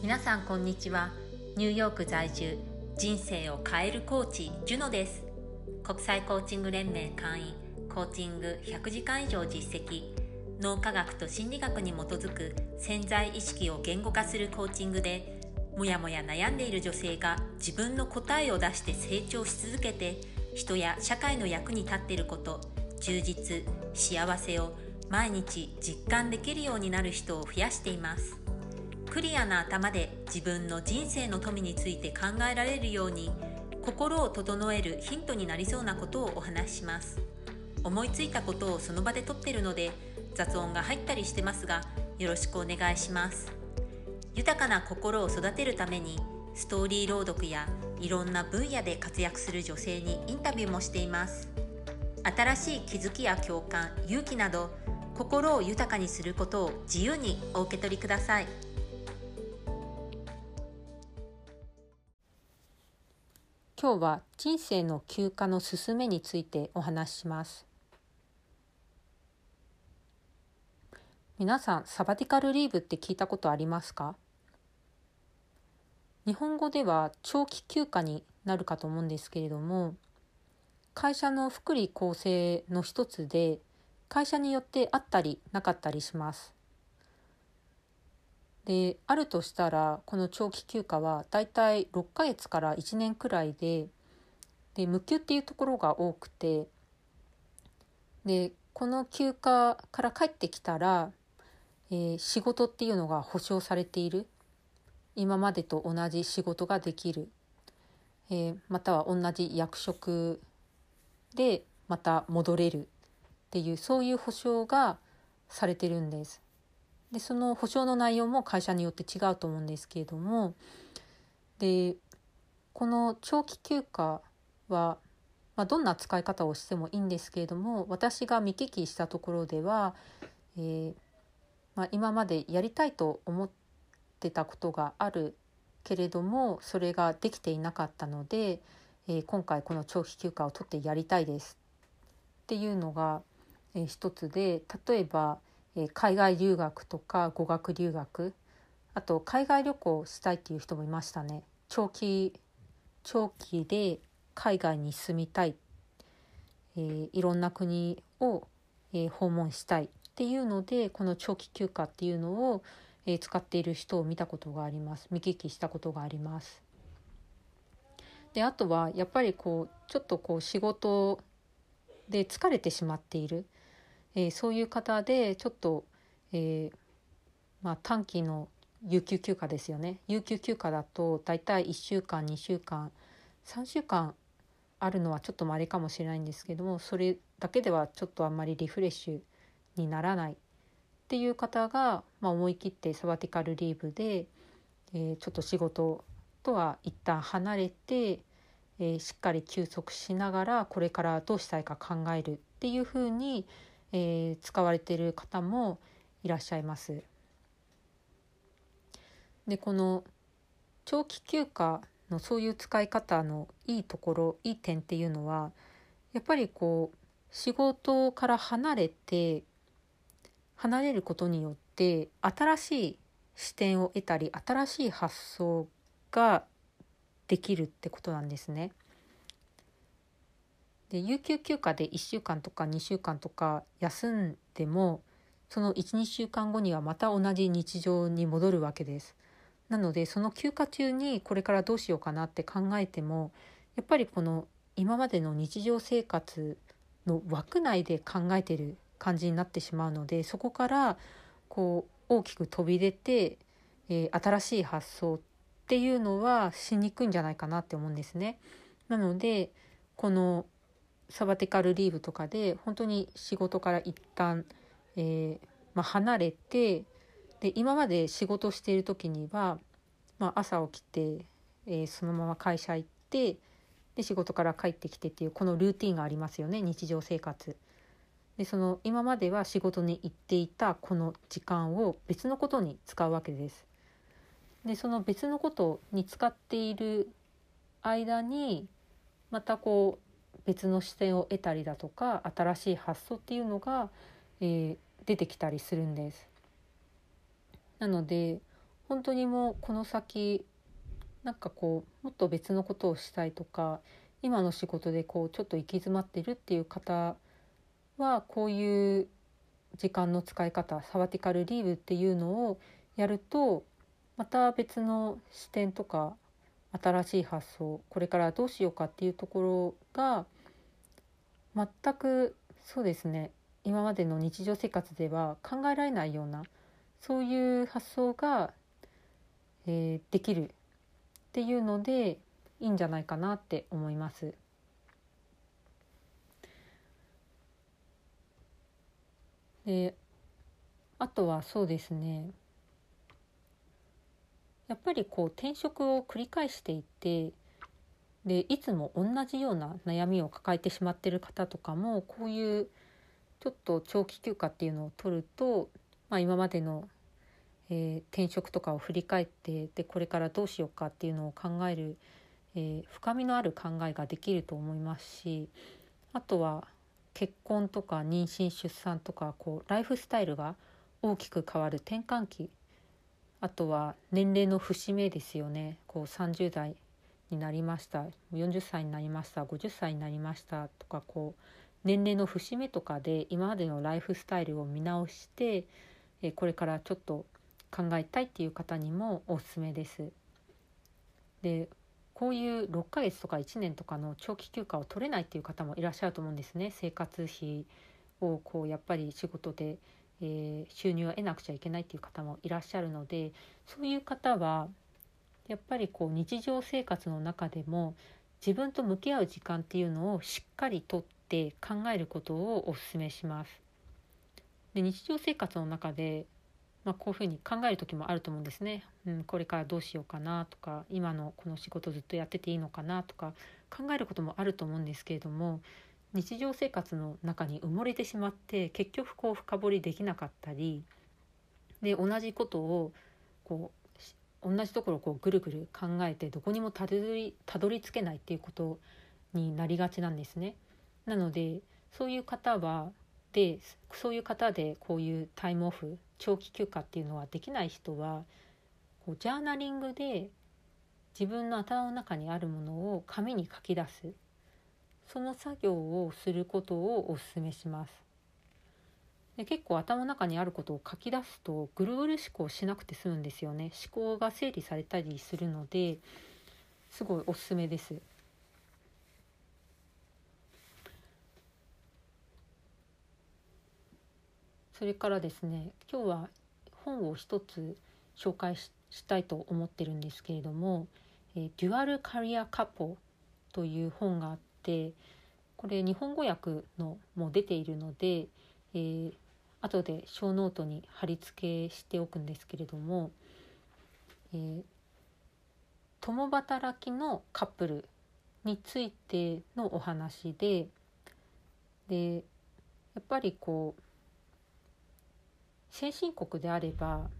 皆さんこんにちは。ニューヨーク在住、人生を変えるコーチジュノです。国際コーチング連盟会員、コーチング100時間以上実績、脳科学と心理学に基づく潜在意識を言語化するコーチングで、もやもや悩んでいる女性が自分の答えを出して成長し続けて、人や社会の役に立っていること、充実、幸せを毎日実感できるようになる人を増やしています。クリアな頭で自分の人生の富について考えられるように、心を整えるヒントになりそうなことをお話しします。思いついたことをその場で撮っているので雑音が入ったりしてますが、よろしくお願いします。豊かな心を育てるためにストーリー朗読やいろんな分野で活躍する女性にインタビューもしています。新しい気づきや共感、勇気など心を豊かにすることを自由にお受け取りください。今日は人生の休暇の勧めについてお話しします。皆さん、サバティカルリーブって聞いたことありますか？日本語では長期休暇になるかと思うんですけれども、会社の福利厚生の一つで、会社によってあったりなかったりします。で、あるとしたら、この長期休暇はだいたい6ヶ月から1年くらいで、無給っていうところが多くて、で、この休暇から帰ってきたら、仕事っていうのが保証されている。今までと同じ仕事ができる。または同じ役職でまた戻れるっていう、そういう保証がされてるんです。で、その保証の内容も会社によって違うと思うんですけれども、で、この長期休暇は、どんな使い方をしてもいいんですけれども、私が見聞きしたところでは、今までやりたいと思ってたことがあるけれども、それができていなかったので、今回この長期休暇を取ってやりたいですっていうのが、一つで、例えば、海外留学とか語学留学、あと海外旅行したいっていう人もいましたね。長期で海外に住みたい、いろんな国を、訪問したいっていうので、この長期休暇っていうのを、使っている人を見たことがあります。見聞きしたことがあります。で、あとはやっぱりちょっと仕事で疲れてしまっている、そういう方でちょっと、短期の有給休暇ですよね。有給休暇だとだいたい1週間、2週間、3週間あるのはちょっとあれかもしれないんですけども、それだけではちょっとあんまりリフレッシュにならないっていう方が、思い切ってサバティカルリーブで、ちょっと仕事とは一旦離れて、しっかり休息しながらこれからどうしたいか考えるっていうふうに、使われている方もいらっしゃいます。で、この長期休暇のそういう使い方のいいところ、いい点っていうのは、やっぱり仕事から離れることによって新しい視点を得たり、新しい発想ができるってことなんですね。で、有給休暇で1週間とか2週間とか休んでも、その1、2週間後にはまた同じ日常に戻るわけです。なので、その休暇中にこれからどうしようかなって考えても、やっぱりこの今までの日常生活の枠内で考えている感じになってしまうので、そこから大きく飛び出て、新しい発想っていうのはしにくいんじゃないかなって思うんですね。なので、このサバティカルリーブとかで本当に仕事から一旦、離れて、で、今まで仕事している時には、朝起きて、そのまま会社行って、で、仕事から帰ってきてっていうこのルーティンがありますよね、日常生活で。その今までは仕事に行っていたこの時間を別のことに使うわけです。で、その別のことに使っている間に、また別の視点を得たりだとか、新しい発想っていうのが、出てきたりするんです。なので、 本当にもうこの先なんかこうもっと別のことをしたいとか、今の仕事でこうちょっと行き詰まってるっていう方は、こういう時間の使い方、サバティカルリーブっていうのをやると、また別の視点とか新しい発想、これからどうしようかっていうところが全く、そうですね、今までの日常生活では考えられないような、そういう発想が、できるっていうのでいいんじゃないかなって思います。で、あとはそうですね、やっぱりこう転職を繰り返していて、でいつも同じような悩みを抱えてしまっている方とかも、こういうちょっと長期休暇っていうのを取ると、今までの、転職とかを振り返って、でこれからどうしようかっていうのを考える、深みのある考えができると思いますし、あとは結婚とか妊娠出産とか、こうライフスタイルが大きく変わる転換期、あとは年齢の節目ですよね。こう30代になりました、40歳になりました、50歳になりましたとか、こう年齢の節目とかで今までのライフスタイルを見直して、これからちょっと考えたいっていう方にもおすすめです。で、こういう6ヶ月とか1年とかの長期休暇を取れないっていう方もいらっしゃると思うんですね。生活費をこうやっぱり仕事で、収入を得なくちゃいけないっていう方もいらっしゃるので、そういう方はやっぱりこう日常生活の中でも自分と向き合う時間っていうのをしっかりとって考えることをお勧めします。で、日常生活の中で、こういうふうに考える時もあると思うんですね。これからどうしようかなとか、今のこの仕事ずっとやってていいのかなとか考えることもあると思うんですけれども、日常生活の中に埋もれてしまって結局こう深掘りできなかったりで、同じことをこう同じところをこうぐるぐる考えてどこにもたどり着けないっていうことになりがちなんですね。なのでそういう方はそういう方でこういうタイムオフ、長期休暇っていうのはできない人は、こうジャーナリングで自分の頭の中にあるものを紙に書き出す、その作業をすることをお勧めします。で、結構頭の中にあることを書き出すとぐるぐる思考しなくて済むんですよね。思考が整理されたりするので、すごいおすすめです。それからですね、今日は本を一つ紹介したいと思ってるんですけれども、デュアルカリアカポという本があって、これ日本語訳のも出ているので、後で小ノートに貼り付けしておくんですけれども、共働きのカップルについてのお話で、やっぱりこう先進国であれば、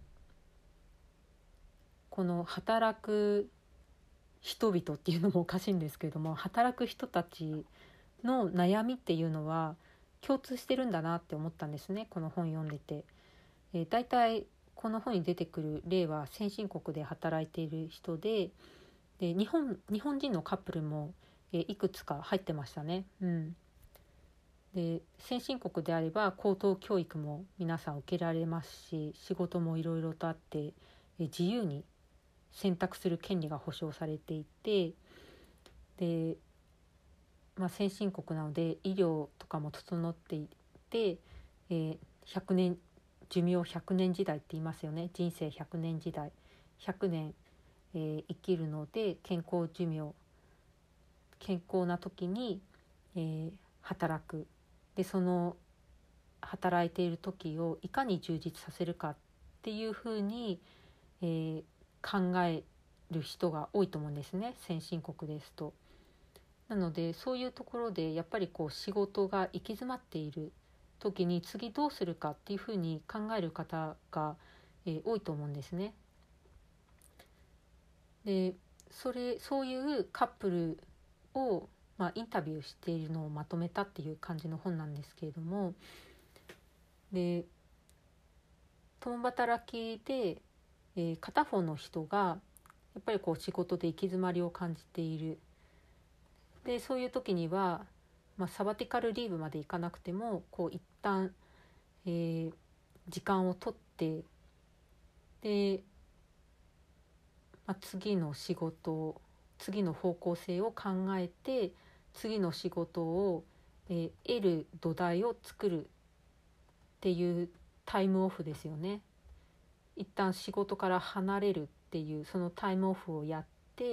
この働く人々っていうのもおかしいんですけれども、働く人たちの悩みっていうのは共通してるんだなって思ったんですね、この本読んでて。だいたいこの本に出てくる例は先進国で働いている人で、日本人のカップルも、いくつか入ってましたね。で、先進国であれば高等教育も皆さん受けられますし、仕事もいろいろとあって、自由に選択する権利が保障されていて、で、先進国なので医療とかも整っていて、100年寿命100年時代って言いますよね。人生100年時代、100年、生きるので、健康な時に、働く。で、その働いている時をいかに充実させるかっていうふうに、考える人が多いと思うんですね、先進国ですと。なのでそういうところでやっぱりこう仕事が行き詰まっている時に次どうするかっていうふうに考える方が、多いと思うんですね。で、そういうカップルを、インタビューしているのをまとめたっていう感じの本なんですけれども、で、共働きで、 片方の人がやっぱりこう仕事で行き詰まりを感じている。でそういう時には、サバティカルリーブまで行かなくてもこう一旦、時間を取ってで、次の仕事次の方向性を考えて次の仕事を、得る土台を作るっていうタイムオフですよね。一旦仕事から離れるっていうそのタイムオフをやって、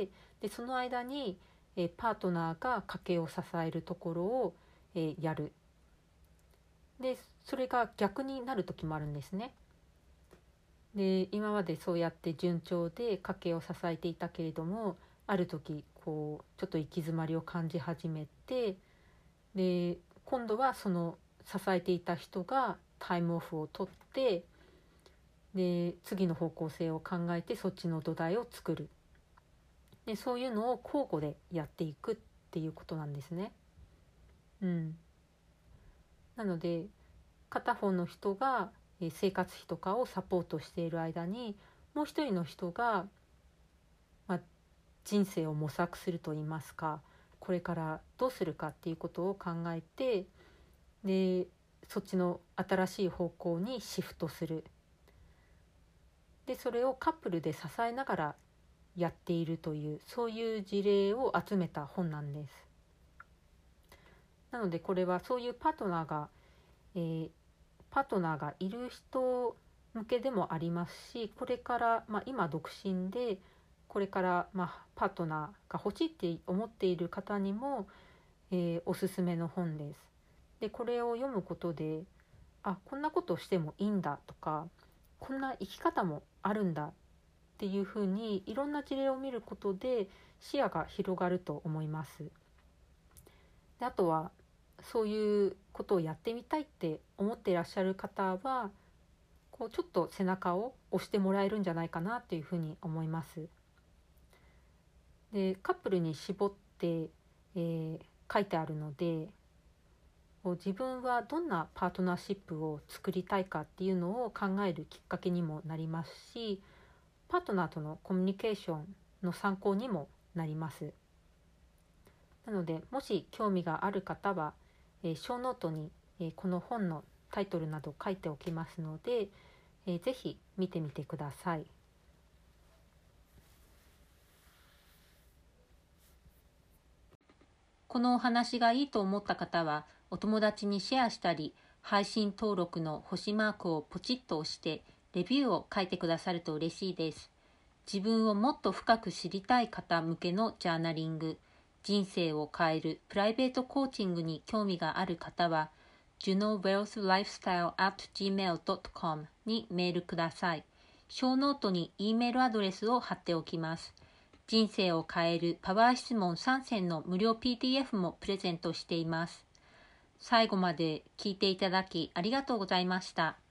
でその間に、パートナーが家計を支えるところを、やる。でそれが逆になる時もあるんですね。で今までそうやって順調で家計を支えていたけれども、ある時こうちょっと行き詰まりを感じ始めて、で今度はその支えていた人がタイムオフを取って、で次の方向性を考えてそっちの土台を作る。でそういうのを交互でやっていくっていうことなんですね。なので片方の人が生活費とかをサポートしている間に、もう一人の人が、人生を模索するといいますか、これからどうするかっていうことを考えて、でそっちの新しい方向にシフトする。でそれをカップルで支えながらやっているという、そういう事例を集めた本なんです。なのでこれはそういうパートナーがいる人向けでもありますし、これから、今独身でこれから、パートナーが欲しいって思っている方にも、おすすめの本です。でこれを読むことで、こんなことをしてもいいんだとか、こんな生き方もあるんだっていうふうにいろんな事例を見ることで視野が広がると思います。であとはそういうことをやってみたいって思っていらっしゃる方はこうちょっと背中を押してもらえるんじゃないかなというふうに思います。でカップルに絞って、書いてあるので、自分はどんなパートナーシップを作りたいかっていうのを考えるきっかけにもなりますし、パートナーとのコミュニケーションの参考にもなります。なのでもし興味がある方は、小ノートに、この本のタイトルなど書いておきますので、ぜひ見てみてください。このお話がいいと思った方はお友達にシェアしたり、配信登録の星マークをポチッと押してレビューを書いてくださると嬉しいです。自分をもっと深く知りたい方向けのジャーナリング、人生を変えるプライベートコーチングに興味がある方は junowealthlifestyle@gmail.com にメールください。小ノートに E メールアドレスを貼っておきます。人生を変えるパワー質問3選の無料 PDF もプレゼントしています。最後まで聞いていただきありがとうございました。